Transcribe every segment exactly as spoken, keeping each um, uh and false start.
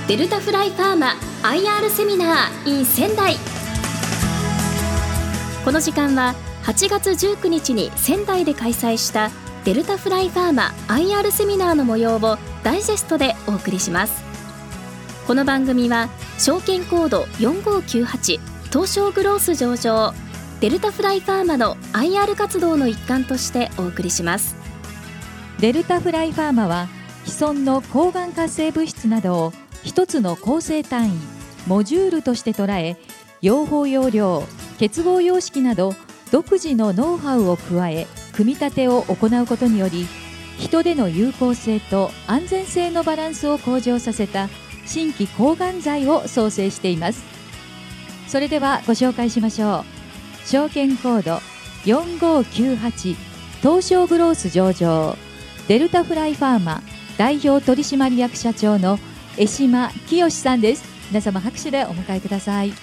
デルタフライファーマ アイアール セミナー in 仙台。この時間ははちがつじゅうくにちに仙台で開催したデルタフライファーマ アイアール セミナーの模様をダイジェストでお送りします。この番組は証券コードよんごきゅうはち東証グロース上場デルタフライファーマの アイアール 活動の一環としてお送りします。 デルタフライファーマは既存の抗がん活性物質などを一つの構成単位モジュールとして捉え、用法用量、結合様式など独自のノウハウを加え組み立てを行うことにより、人での有効性と安全性のバランスを向上させた新規抗がん剤を創生しています。それではご紹介しましょう。証券コードよんごきゅうはち東証グロース上場デルタフライファーマ代表取締役社長の江島清さんです。皆様拍手でお迎えください。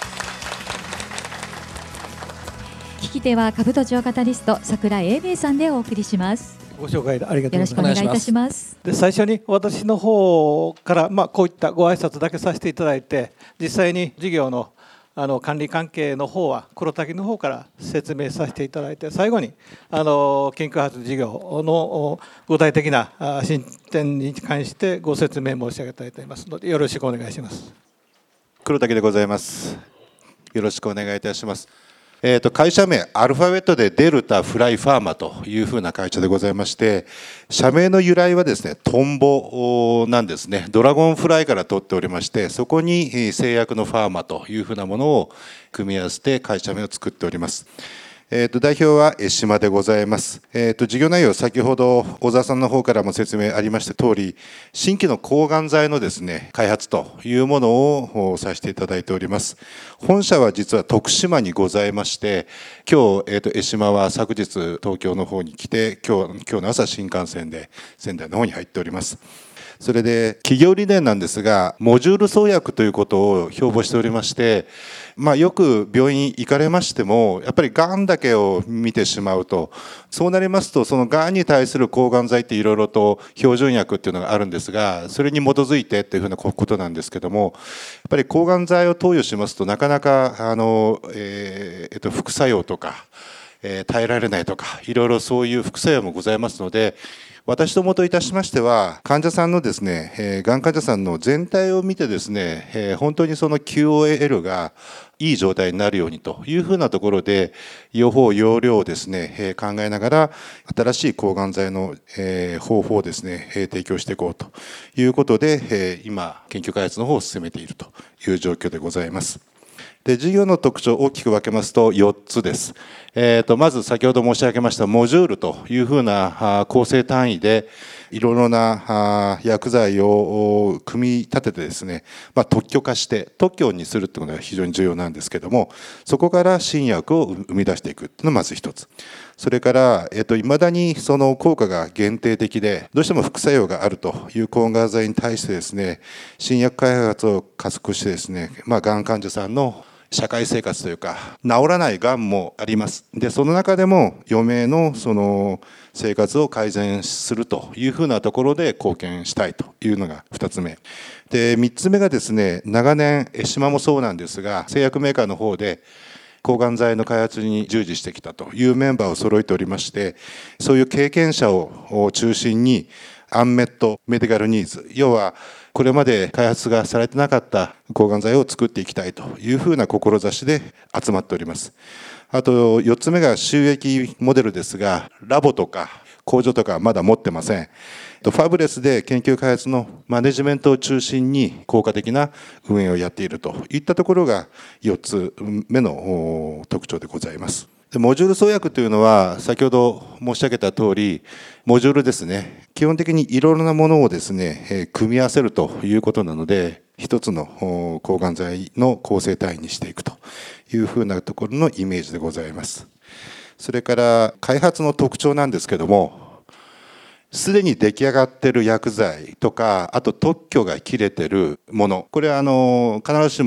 聞き手は株都庁カタリスト櫻井英明さんでお送りします。 ご紹介ありがとうございます。 よろしくお願いいたします。 で、最初に私の方から、まあ、こういったご挨拶だけさせていただいて、実際に事業のあの管理関係の方は黒滝の方から説明させていただいて、最後にあの研究開発事業の具体的な進展に関してご説明申し上げたいと思いますので、よろしくお願いします。 黒滝でございます。よろしくお願いいたします。えー、と会社名アルファベットでデルタフライファーマというふうな会社でございまして、社名の由来はですねトンボなんですね。ドラゴンフライから取っておりまして、そこに製薬のファーマというふうなものを組み合わせて会社名を作っております。えー、と代表は江島でございます。えー、と事業内容、先ほど小沢さんの方からも説明ありました通り、新規の抗がん剤のですね開発というものをさせていただいております。本社は実は徳島にございまして、今日、えー、と江島は昨日東京の方に来て、今日今日の朝新幹線で仙台の方に入っております。それで企業理念なんですが、モジュール創薬ということを標榜しておりまして、まあ、よく病院行かれましてもやっぱりがんだけを見てしまうと、そうなりますとそのがんに対する抗がん剤っていろいろと標準薬っていうのがあるんですが、それに基づいてっていうふうなことなんですけども、やっぱり抗がん剤を投与しますとなかなかあの、えーえっと、副作用とか、えー、耐えられないとか、いろいろそういう副作用もございますので、私どもといたしましては、患者さんのですね、えー、がん患者さんの全体を見てですね、えー、本当にその キューオーエル がいい状態になるようにというふうなところで、用法用量をですね、えー、考えながら新しい抗がん剤の、えー、方法をですね、えー、提供していこうということで、えー、今研究開発の方を進めているという状況でございます。で、事業の特徴を大きく分けますとよっつです。えー、とまず先ほど申し上げましたモジュールというふうな構成単位でいろいろな薬剤を組み立ててですね、まあ、特許化して特許にするということが非常に重要なんですけども、そこから新薬を生み出していくというのがまず一つ。それから、えー、と未だにその効果が限定的でどうしても副作用があるという抗がん剤に対してですね、新薬開発を加速してですね、まあ、がん患者さんの社会生活というか治らないがんもあります。でその中でも余命のその生活を改善するというふうなところで貢献したいというのがふたつめで、みっつめがですね、長年江島もそうなんですが製薬メーカーの方で抗がん剤の開発に従事してきたというメンバーを揃えておりまして、そういう経験者を中心にアンメットメディカルニーズ、要はこれまで開発がされてなかった抗がん剤を作っていきたいというふうな志で集まっております。あとよっつめが収益モデルですが、ラボとか工場とかまだ持ってません。ファブレスで研究開発のマネジメントを中心に効果的な運営をやっているといったところがよっつめの特徴でございます。モジュール創薬というのは先ほど申し上げた通りモジュールですね。基本的にいろいろなものをですね組み合わせるということなので、一つの抗がん剤の構成単位にしていくというふうなところのイメージでございます。それから開発の特徴なんですけども、すでに出来上がっている薬剤とか、あと特許が切れているもの、これはあの必ずしも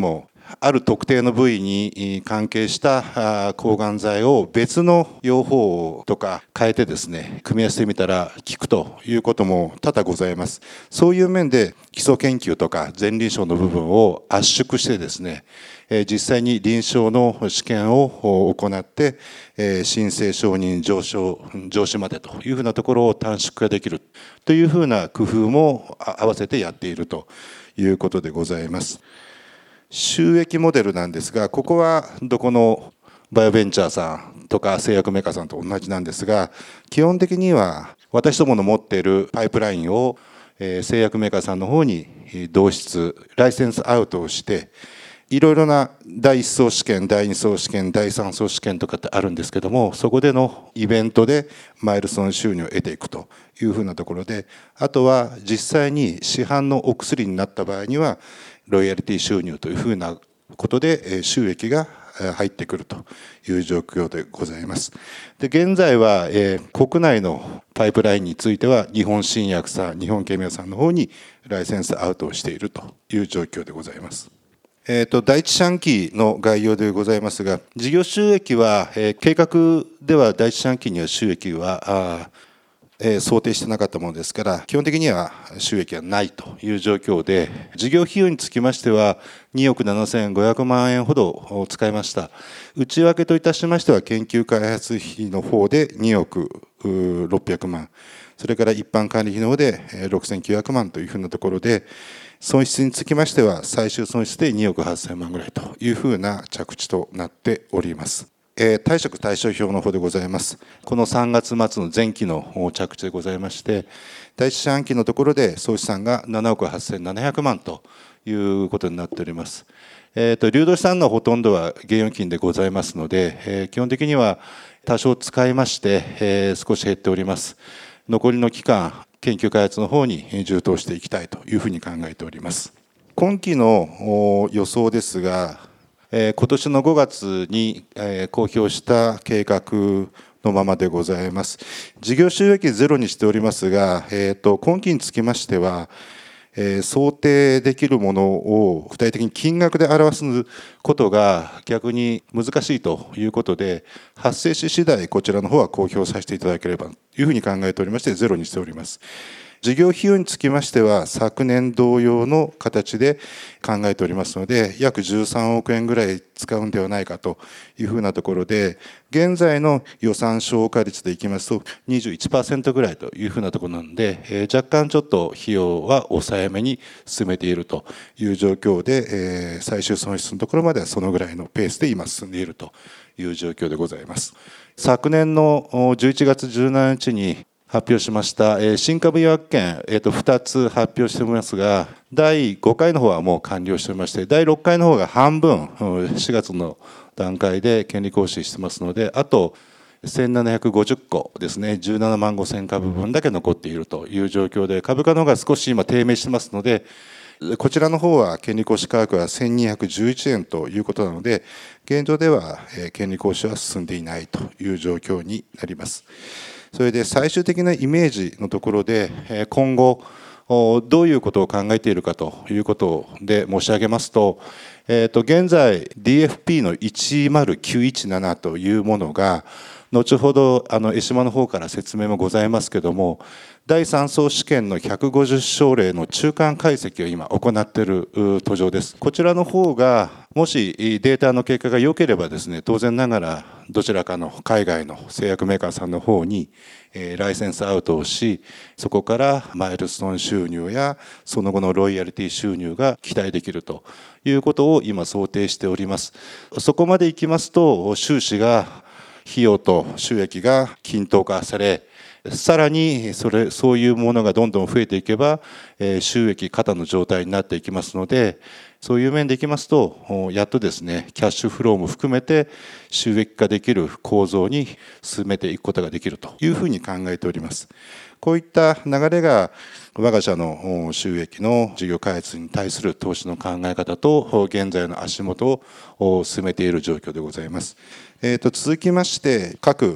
ある特定の部位に関係した抗がん剤を別の用法とか変えてですね、組み合わせてみたら効くということも多々ございます。そういう面で基礎研究とか前臨床の部分を圧縮してですね、実際に臨床の試験を行って申請承認上昇上司までというふうなところを短縮ができるというふうな工夫も合わせてやっているということでございます。収益モデルなんですが、ここはどこのバイオベンチャーさんとか製薬メーカーさんと同じなんですが、基本的には私どもの持っているパイプラインを製薬メーカーさんの方に導出ライセンスアウトをして、いろいろなだいいっ層試験、だいに層試験、だいさん層試験とかってあるんですけども、そこでのイベントでマイルストーン収入を得ていくというふうなところで、あとは実際に市販のお薬になった場合にはロイヤリティ収入というふうなことで収益が入ってくるという状況でございます。で、現在は、えー、国内のパイプラインについては日本新薬さん、日本ケミオさんの方にライセンスアウトをしているという状況でございます。えーと、第一四半期の概要でございますが、事業収益は、えー、計画では第一四半期には収益はあ、えー、想定してなかったものですから、基本的には収益はないという状況で、事業費用につきましてはにおくななせんごひゃくまんえんほど使いました。内訳といたしましては研究開発費の方でにおくろっぴゃくまん、それから一般管理費の方でろくせんきゅうひゃくまんというふうなところで、損失につきましては最終損失でにおくはっせんまんぐらいというふうな着地となっております。えー、貸借対照表の方でございます。このさんがつ末の前期の着地でございまして、第一四半期のところで総資産がななおくはっせんななひゃくまんということになっております。えーと、流動資産のほとんどは現預金でございますので、えー、基本的には多少使いまして、えー、少し減っております。残りの期間、研究開発の方に充当していきたいというふうに考えております。今期の予想ですが、今年のごがつに公表した計画のままでございます。事業収益ゼロにしておりますが、えーと、今期につきましては、えー、想定できるものを具体的に金額で表すことが逆に難しいということで、発生し次第こちらの方は公表させていただければというふうに考えておりまして、ゼロにしております。事業費用につきましては昨年同様の形で考えておりますので、約じゅうさんおくえんぐらい使うんではないかというふうなところで、現在の予算消化率でいきますと にじゅういちパーセント ぐらいというふうなところなので、えー、若干ちょっと費用は抑えめに進めているという状況で、えー、最終損失のところまではそのぐらいのペースで今進んでいるという状況でございます。昨年のじゅういちがつじゅうしちにちに発表しました新株予約権、えー、とふたつ発表しておりますが、だいごかいの方はもう完了しておりまして、だいろっかいの方が半分しがつの段階で権利行使してますので、あとせんななひゃくごじゅっこですね、じゅうななまんごせんかぶ分だけ残っているという状況で、株価の方が少し今低迷してますので、こちらの方は権利行使価格はせんにひゃくじゅういちえんということなので、現状では権利行使は進んでいないという状況になります。それで最終的なイメージのところで、今後どういうことを考えているかということで申し上げますと、えー、と現在 ディーエフピー のいちまるきゅういちななというものが、後ほどあの江島の方から説明もございますけども、だいさん層試験のひゃくごじゅう症例の中間解析を今行っている途上です。こちらの方がもしデータの結果が良ければですね、当然ながらどちらかの海外の製薬メーカーさんの方にライセンスアウトをし、そこからマイルストーン収入やその後のロイヤリティ収入が期待できるということを今想定しております。そこまでいきますと、収支が費用と収益が均等化され、さらにそれそういうものがどんどん増えていけば、えー、収益過多の状態になっていきますので、そういう面でいきますと、やっとですね、キャッシュフローも含めて収益化できる構造に進めていくことができるというふうに考えております。こういった流れが我が社の収益の事業開発に対する投資の考え方と現在の足元を進めている状況でございます。えーと、続きまして各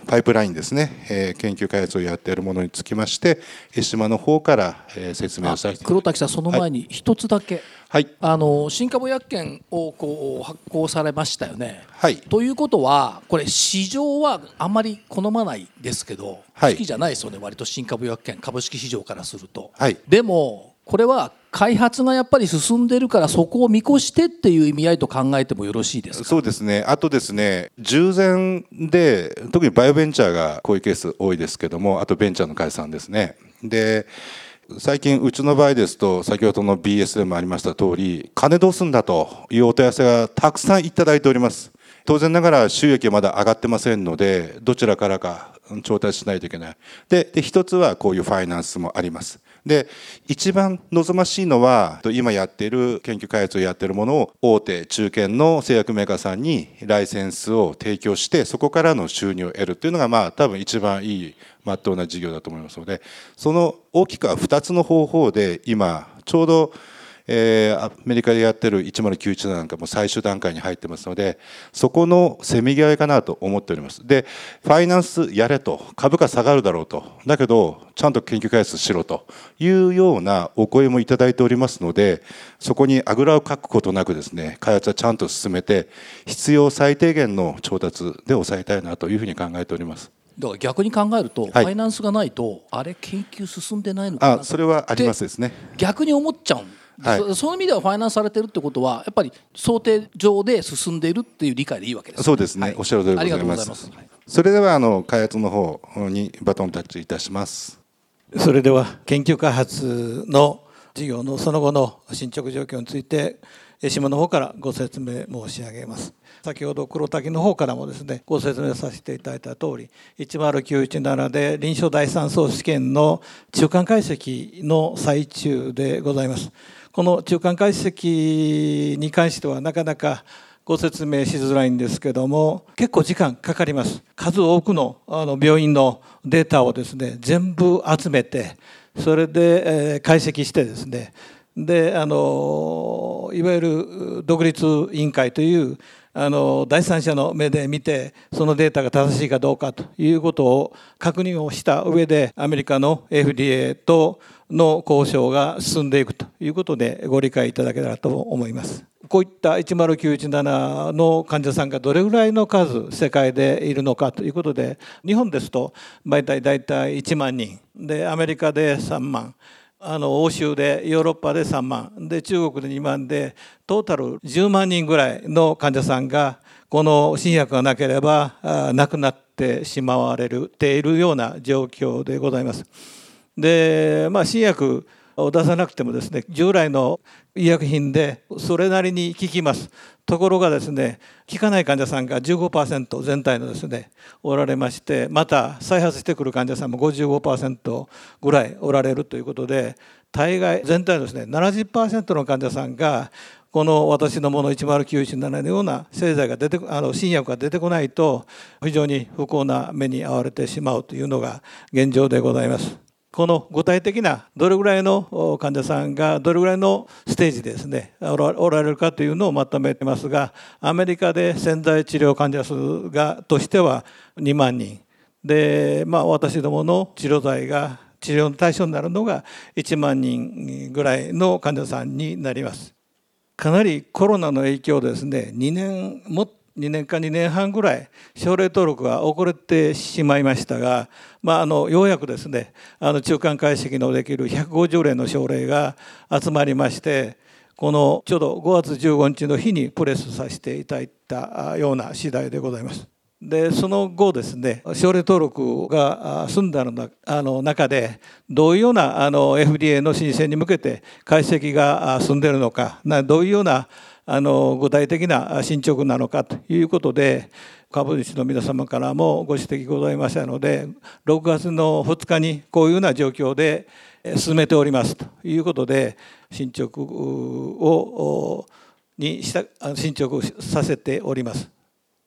パイプラインですね、えー、研究開発をやっているものにつきまして江島の方から、えー、説明をさせて。 黒滝さん、その前に一つだけ、 はい、 あの新株薬券をこう発行されましたよね。 はい、 ということはこれ市場はあんまり好まないですけど、はい、好きじゃないですよね、割と新株薬券株式市場からすると。はい、でもこれは開発がやっぱり進んでるからそこを見越してっていう意味合いと考えてもよろしいですか。 そうですね。あとですね、従前で特にバイオベンチャーがこういうケース多いですけども、あとベンチャーの解散ですね。で最近うちの場合ですと先ほどの ビーエス でもありました通り、金どうすんだというお問い合わせがたくさんいただいております。当然ながら収益はまだ上がってませんので、どちらからか調達しないといけない。で、で一つはこういうファイナンスもあります。で一番望ましいのは今やっている研究開発をやっているものを大手中堅の製薬メーカーさんにライセンスを提供してそこからの収入を得るというのがまあ多分一番いいまっとうな事業だと思いますので、その大きくはふたつの方法で今ちょうどえー、アメリカでやってるいちまるきゅういちなななんかも最終段階に入ってますので、そこのせめぎ合いかなと思っております。でファイナンスやれと、株価下がるだろうと、だけどちゃんと研究開発しろというようなお声もいただいておりますので、そこにあぐらをかくことなくですね、開発はちゃんと進めて必要最低限の調達で抑えたいなというふうに考えております。 だから逆に考えると、はい、ファイナンスがないとあれ研究進んでないのかな、 あそれはありますですね。 逆に思っちゃう。はい、そ, その意味ではファイナンスされてるってことはやっぱり想定上で進んでいるっていう理解でいいわけです、ね。そうですね、はい、 おっしゃる通りでございます。ありがとうございます。それではあの開発の方にバトンタッチいたします。 それでは研究開発の事業のその後の進捗状況について江島の方からご説明申し上げます。先ほど黒滝の方からもですねご説明させていただいた通りいちまるきゅういちななで臨床第三相試験の中間解析の最中でございます。この中間解析に関してはなかなかご説明しづらいんですけども、結構時間かかります。数多くのあの病院のデータをですね全部集めて、それで解析してですね、であのいわゆる独立委員会というあの第三者の目で見てそのデータが正しいかどうかということを確認をした上でアメリカの エフディーエー との交渉が進んでいくということでご理解いただけたらと思います。こういったいちまるきゅういちななの患者さんがどれぐらいの数世界でいるのかということで、日本ですと大体大体いちまんにんで、アメリカでさんまん、あの欧州でヨーロッパでさんまんで中国でにまんでトータルじゅうまんにんぐらいの患者さんがこの新薬がなければ亡くなってしまわれているような状況でございます。で、まあ、新薬を出さなくてもですね従来の医薬品でそれなりに効きます。ところがですね効かない患者さんが じゅうごパーセント 全体のですねおられまして、また再発してくる患者さんも ごじゅうごパーセント ぐらいおられるということで、大概全体のですね ななじゅっパーセント の患者さんがこの私のものいちまるきゅういちななのような製剤が出てあの新薬が出てこないと非常に不幸な目に遭われてしまうというのが現状でございます。この具体的などれぐらいの患者さんがどれぐらいのステージでですねおられるかというのをまとめてますが、アメリカで潜在治療患者数がとしてはにまんにんで、まあ、私どもの治療剤が治療の対象になるのがいちまんにんぐらいの患者さんになります。かなりコロナの影響でですねにねんもにねんかにねんはんぐらい症例登録が遅れてしまいましたが、まあ、あのようやくですねあの中間解析のできるひゃくごじゅうれいの症例が集まりまして、このちょうどごがつじゅうごにちの日にプレスさせていただいたような次第でございます。でその後ですね症例登録が済んだのあの中でどういうようなあの エフディーエー の申請に向けて解析が進んでいるのか、どういうようなあの具体的な進捗なのかということで株主の皆様からもご指摘ございましたので、ろくがつのふつかにこういうような状況で進めておりますということで進捗をにした進捗させております。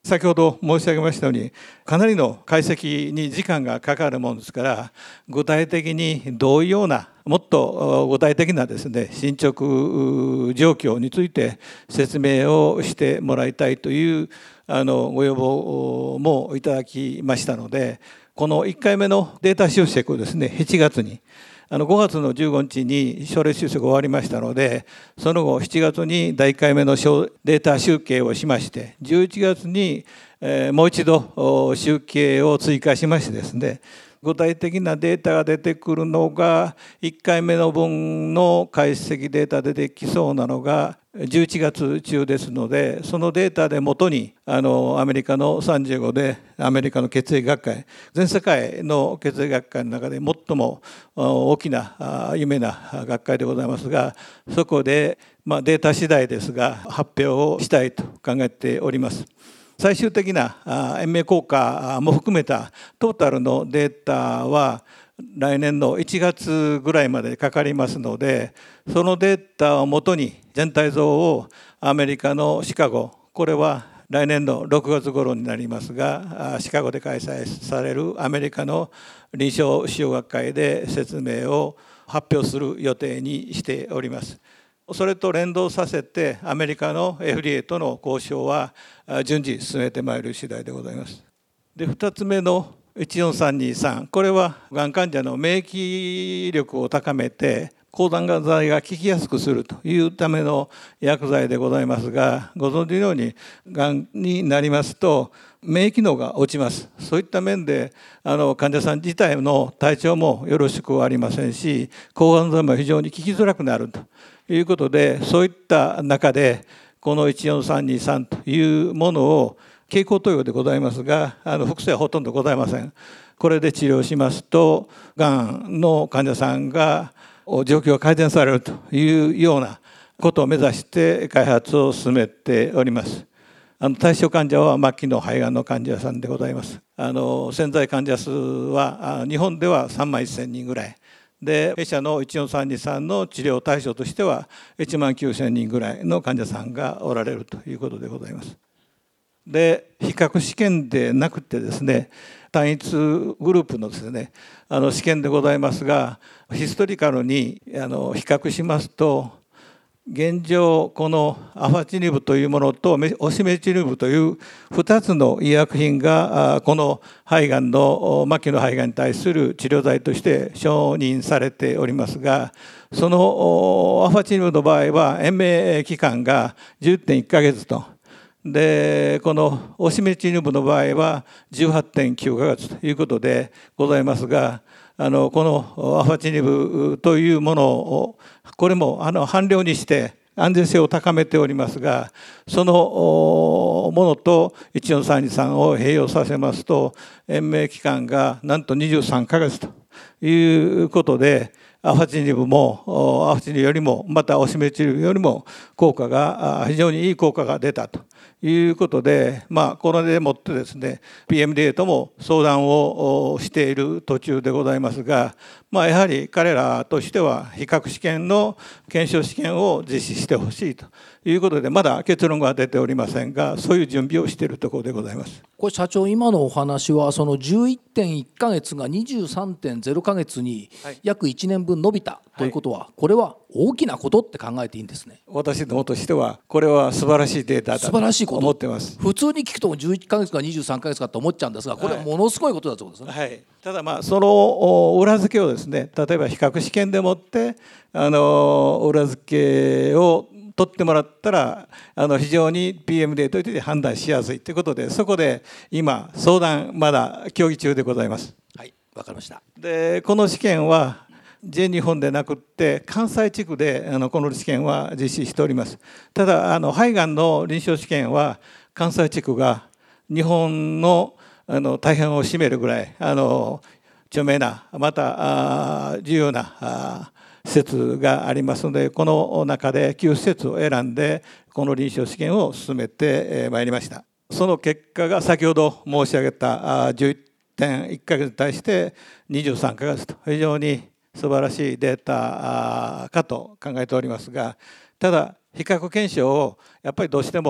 先ほど申し上げましたようにかなりの解析に時間がかかるものですから、具体的にどういうようなもっと具体的なですね進捗状況について説明をしてもらいたいというあのご要望もいただきましたので、このいっかいめのデータ集積をですねしちがつにあのごがつのじゅうごにちに症例集積終わりましたので、その後しちがつにだいいっかいめのデータ集計をしまして、じゅういちがつにもう一度集計を追加しましてですね、具体的なデータが出てくるのがいっかいめの分の解析データ出てきそうなのがじゅういちがつちゅうですので、そのデータでもとにあのアメリカのさんじゅうごでアメリカの血液学会、全世界の血液学会の中で最も大きな有名な学会でございますが、そこで、まあ、データ次第ですが発表をしたいと考えております。最終的な延命効果も含めたトータルのデータは来年のいちがつぐらいまでかかりますので、そのデータをもとに全体像をアメリカのシカゴ、これは来年のろくがつ頃になりますが、シカゴで開催されるアメリカの臨床使用学会で説明を発表する予定にしております。それと連動させてアメリカの エフディーエー との交渉は順次進めてまいる次第でございます。で、ふたつめのいちよんさんにさん、これはがん患者の免疫力を高めて抗がん剤が効きやすくするというための薬剤でございますが、ご存知のようにがんになりますと免疫機能が落ちます。そういった面であの患者さん自体の体調もよろしくありませんし、抗がん剤も非常に効きづらくなるということで、そういった中でこのいちよんさんにさんというものを経口投与でございますが、あの副作用はほとんどございません。これで治療しますとがんの患者さんが状況が改善されるというようなことを目指して開発を進めております。あの対象患者は末期の肺がんの患者さんでございます。あの潜在患者数は日本ではさんまんせんにんぐらいで、弊社のいちよんさんにさんの治療対象としてはいちまんきゅうせんにんぐらいの患者さんがおられるということでございます。で、比較試験でなくてですね、単一グループのですね、あの試験でございますが、ヒストリカルにあの比較しますと、現状このアファチニブというものとオシメチニブというふたつの医薬品がこの肺がんの末期の肺がんに対する治療剤として承認されておりますが、そのアファチニブの場合は延命期間が じゅってんいっかげつと、でこのオシメチニブの場合は じゅうはってんきゅうかげつということでございますが、あのこのアファチニブというものをこれもあの半量にして安全性を高めておりますが、そのものといちよんさんにさんを併用させますと延命期間がなんとにじゅうさんかげつということで、アファチニブもアファチニブよりもまたオシメチニブよりも効果が非常にいい効果が出たということで、まあこれでもってですね ピーエムディーエー とも相談をしている途中でございますが、まあやはり彼らとしては比較試験の検証試験を実施してほしいということで、まだ結論が出ておりませんが、そういう準備をしているところでございます。 これ社長、今のお話はその じゅういってんいっかげつが にじゅうさんてんゼロかげつに約いちねんぶん伸びたということは、これは大きなことって考えていいんですね。 私どもとしてはこれは素晴らしいデータだと思ってます。 普通に聞くとじゅういっかげつかにじゅうさんかげつかと思っちゃうんですが、これはものすごいことだそうですね。 はい、ただまあその裏付けをですね、例えば比較試験でもってあの裏付けを取ってもらったらあの非常に ピーエムディーエー として判断しやすいということで、そこで今相談まだ協議中でございます。 はい、わかりました。 でこの試験は全日本でなくって関西地区であのこの試験は実施しております。ただあの肺がんの臨床試験は関西地区が日本のあの大半を占めるぐらいあの著名なまた重要な施設がありますので、この中できゅう施設を選んでこの臨床試験を進めてまいりました。その結果が先ほど申し上げたじゅういってんいっかげつに対してにじゅうさんかげつと非常に素晴らしいデータかと考えておりますが、ただ比較検証をやっぱりどうしても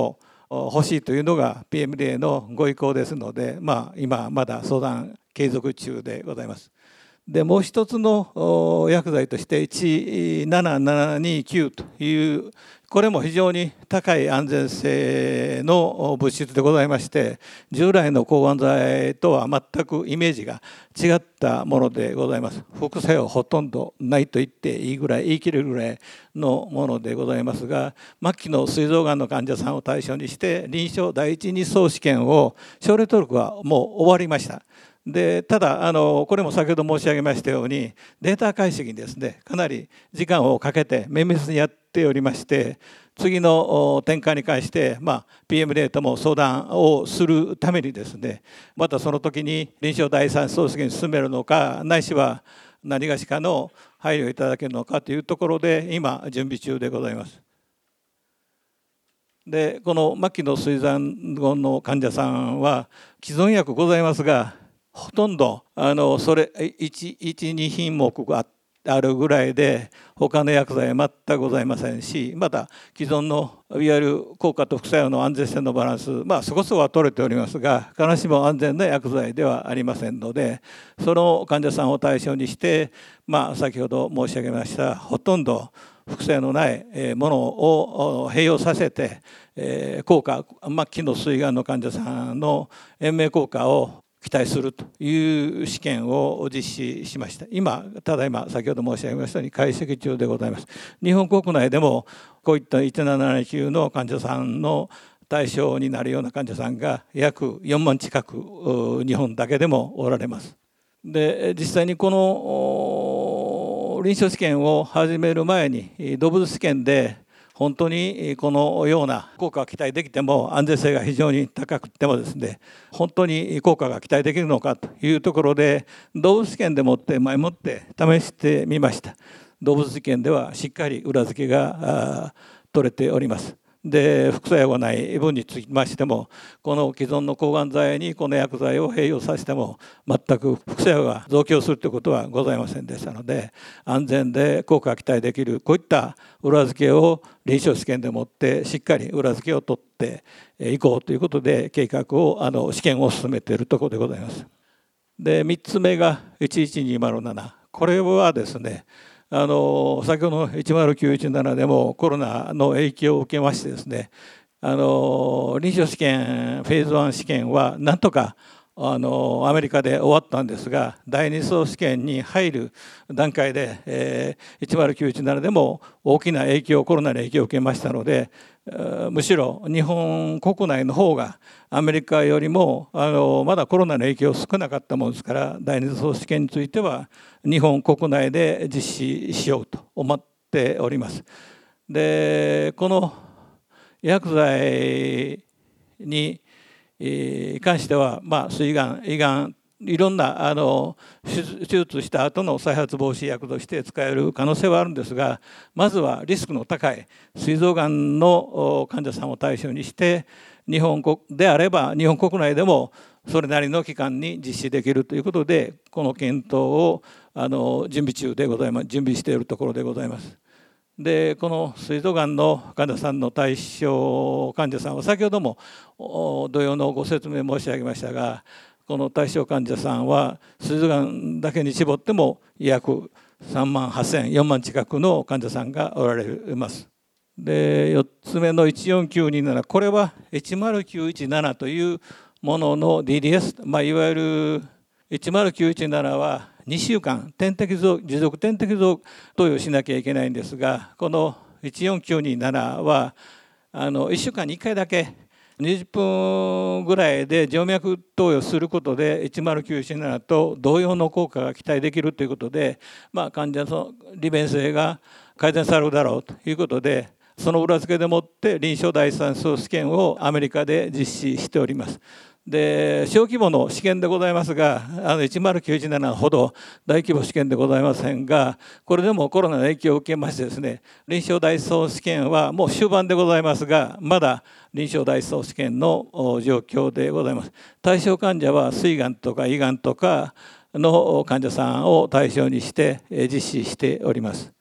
欲しいというのが ピーエムディーエー のご意向ですので、まあ、今まだ相談継続中でございます。でもう一つの薬剤としていちななななにきゅうというこれも非常に高い安全性の物質でございまして、従来の抗がん剤とは全くイメージが違ったものでございます。副作用ほとんどないと言っていいぐらい言い切れるぐらいのものでございますが、末期の膵臓がんの患者さんを対象にして臨床第一二相試験を症例登録はもう終わりました。でただあのこれも先ほど申し上げましたようにデータ解析にですねかなり時間をかけて綿密にやっておりまして、次の展開に関して、まあ、ピーエムディーエー とも相談をするためにですね、またその時に臨床第三相試験に進めるのか、ないしは何がしかの配慮いただけるのかというところで今準備中でございます。でこの末期の膵臓がんの患者さんは既存薬ございますが、ほとんどあのそれいち、に品目があるぐらいで他の薬剤は全くございませんし、また既存のいわゆる効果と副作用の安全性のバランス、まあそこそこは取れておりますが、必ずしも安全な薬剤ではありませんので、その患者さんを対象にして、まあ、先ほど申し上げましたほとんど副作用のないものを併用させて効果、末期の膵がんの患者さんの延命効果を期待するという試験を実施しました。今ただいま先ほど申し上げましたように解析中でございます。日本国内でもこういったいちなななきゅうの患者さんの対象になるような患者さんが約よんまん近く日本だけでもおられます。で実際にこの臨床試験を始める前に動物試験で本当にこのような効果が期待できても安全性が非常に高くてもですね、本当に効果が期待できるのかというところで動物試験でもって前もって試してみました。動物試験ではしっかり裏付けが取れております。で副作用がない分につきましても、この既存の抗がん剤にこの薬剤を併用させても全く副作用が増強するということはございませんでしたので、安全で効果が期待できるこういった裏付けを臨床試験でもってしっかり裏付けを取っていこうということで計画をあの試験を進めているところでございます。でみっつめがいちいちにまるなな、これはですねあの先ほどのいちまるきゅういちななでもコロナの影響を受けましてですね、あの臨床試験フェーズワン試験はなんとかあのアメリカで終わったんですが、だいに相試験に入る段階で、えー、いちまるきゅういちななでも大きな影響コロナの影響を受けましたので、むしろ日本国内の方がアメリカよりもあのまだコロナの影響少なかったものですから、だいに相試験については日本国内で実施しようと思っております。でこの薬剤に関しては、まあ、膵がん胃がんいろんなあの手術した後の再発防止薬として使える可能性はあるんですが、まずはリスクの高い膵臓がんの患者さんを対象にして、日本国であれば日本国内でもそれなりの期間に実施できるということで、この検討をあの準備中でございます準備しているところでございます。でこの膵臓がんの患者さんの対象患者さんは先ほども同様のご説明申し上げましたが、この対象患者さんは膵臓がんだけに絞っても約さんまんはっせん、よんまん近くの患者さんがおられます。でよっつめのいちよんきゅうになな、これはいちまるきゅういちななというものの ディーディーエス、まあ、いわゆるいちまるきゅういちななはにしゅうかん点滴増持続点滴増投与しなきゃいけないんですが、このいちよんきゅうにななはあのいっしゅうかんにいっかいだけにじゅっぷんぐらいで静脈投与することでいちまるきゅういちななと同様の効果が期待できるということで、まあ、患者の利便性が改善されるだろうということで、その裏付けでもって臨床第三相試験をアメリカで実施しております。で小規模の試験でございますが、あのいちまるきゅういちななほど大規模試験でございませんが、これでもコロナの影響を受けましてですね、臨床第三相試験はもう終盤でございますが、まだ臨床第三相試験の状況でございます。対象患者は膵がんとか胃がんとかの患者さんを対象にして実施しております。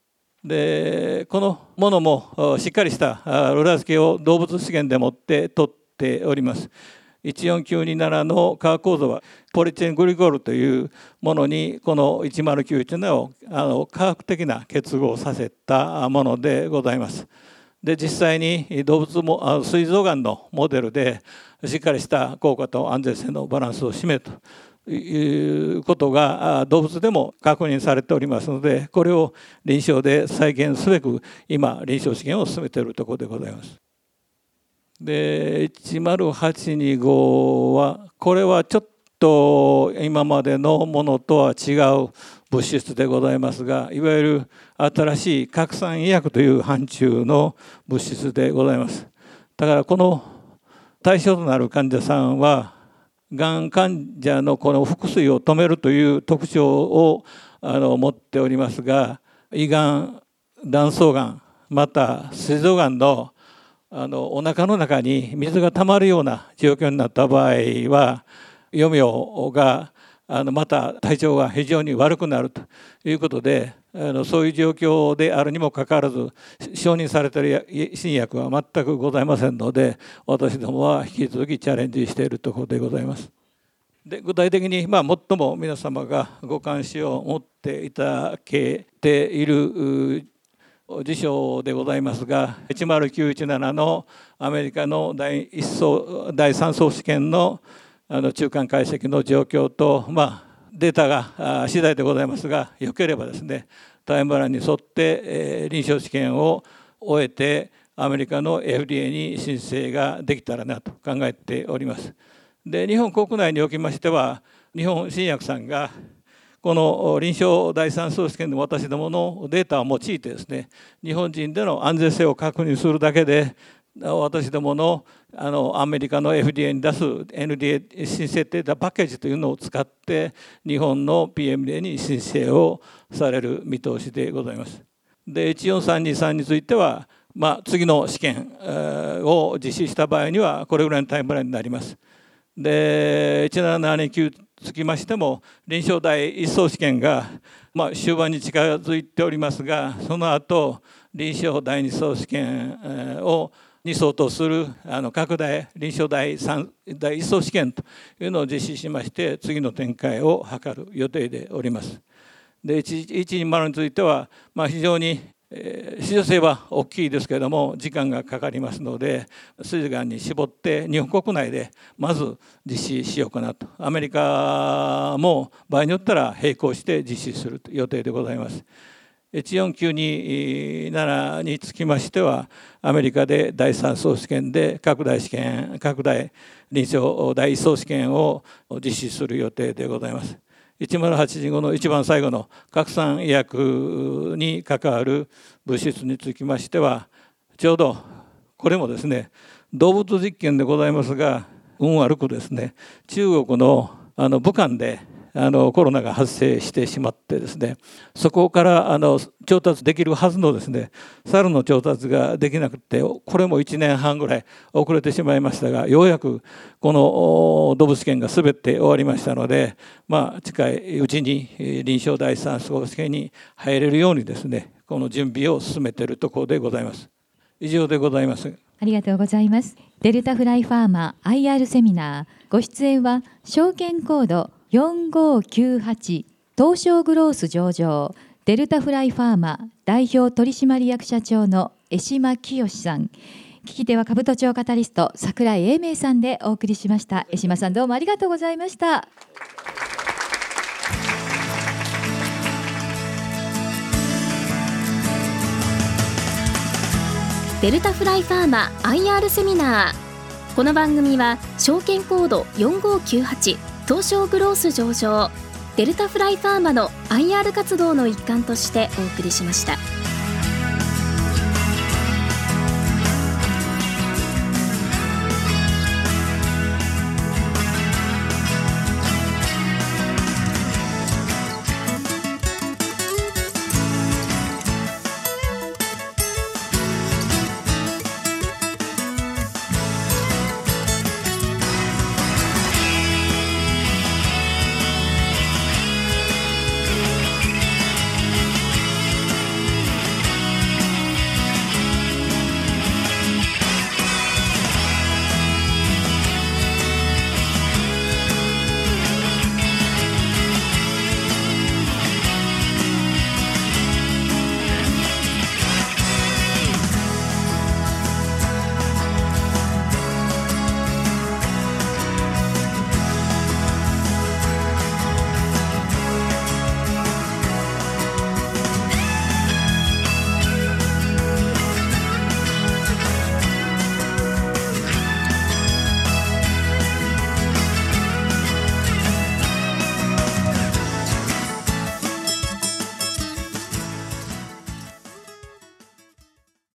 でこのものもしっかりした裏付けを動物試験でもって取っております。いちよんきゅうにななの化学構造はポリチレングリコールというものにこのいちまるきゅういちななをあの科学的な結合させたものでございます。で実際に動物も膵臓がんのモデルでしっかりした効果と安全性のバランスを占めるということが動物でも確認されておりますので、これを臨床で再現すべく今臨床試験を進めているところでございます。でいちまるはちにごはこれはちょっと今までのものとは違う物質でございますが、いわゆる新しい核酸医薬という範疇の物質でございます。だからこの対象となる患者さんはがん患者のこの腹水を止めるという特徴をあの持っておりますが、胃がん、卵巣がん、また膵臓がんのあのお腹の中に水がたまるような状況になった場合は、余命があのまた体調が非常に悪くなるということで、あのそういう状況であるにもかかわらず承認されている新薬は全くございませんので、私どもは引き続きチャレンジしているところでございます。で具体的に、まあ、最も皆様がご関心を持っていただけている事象でございますが、いちまるきゅういちななのアメリカの第一層第三層試験のあの中間解析の状況と、まあ、データが次第でございますが、よければですねタイムラインに沿って、えー、臨床試験を終えてアメリカの エフディーエー に申請ができたらなと考えております。で日本国内におきましては、日本新薬さんがこの臨床第三層試験の私どものデータを用いてですね、日本人での安全性を確認するだけで、私どものあのアメリカの エフディーエー に出す エヌディーエー 申請データパッケージというのを使って日本の ピーエムディーエー に申請をされる見通しでございます。でいちよんさんにさんについては、まあ、次の試験を実施した場合にはこれぐらいのタイムラインになります。でいちなななにきゅうつきましても臨床第一層試験が、まあ、終盤に近づいておりますが、その後臨床第二層試験をに相当するあの拡大臨床第三第一層試験というのを実施しまして、次の展開を図る予定でおります。でいちにまるについては、まあ、非常にえー、市場性は大きいですけれども時間がかかりますので、膵がんに絞って日本国内でまず実施しようかなと。アメリカも場合によったら並行して実施する予定でございます。いちよんきゅうにななにつきましては、アメリカで第三層試験で拡大試験拡大臨床第一層試験を実施する予定でございます。いちまるはちじごの一番最後の核酸医薬に関わる物質につきましては、ちょうどこれもですね動物実験でございますが、運悪くですね中国のあの武漢であのコロナが発生してしまってですね、そこからあの調達できるはずのですね猿の調達ができなくて、これもいちねんはんぐらい遅れてしまいましたが、ようやくこの動物試験が全て終わりましたので、まあ、近いうちに臨床第三層試験に入れるようにですねこの準備を進めているところでございます。以上でございます。 ありがとうございます。デルタフライファーマ アイアール セミナーご出演は証券コードよんごきゅうはち東証グロース上場デルタフライファーマ代表取締役社長の江島清さん、聞き手は兜町カタリスト櫻井英明さんでお送りしました。江島さん、どうもありがとうございました。 デルタフライファーマ アイアール セミナー。この番組は証券コードよんごきゅうはち東証グロース上場デルタフライファーマの アイアール 活動の一環としてお送りしました。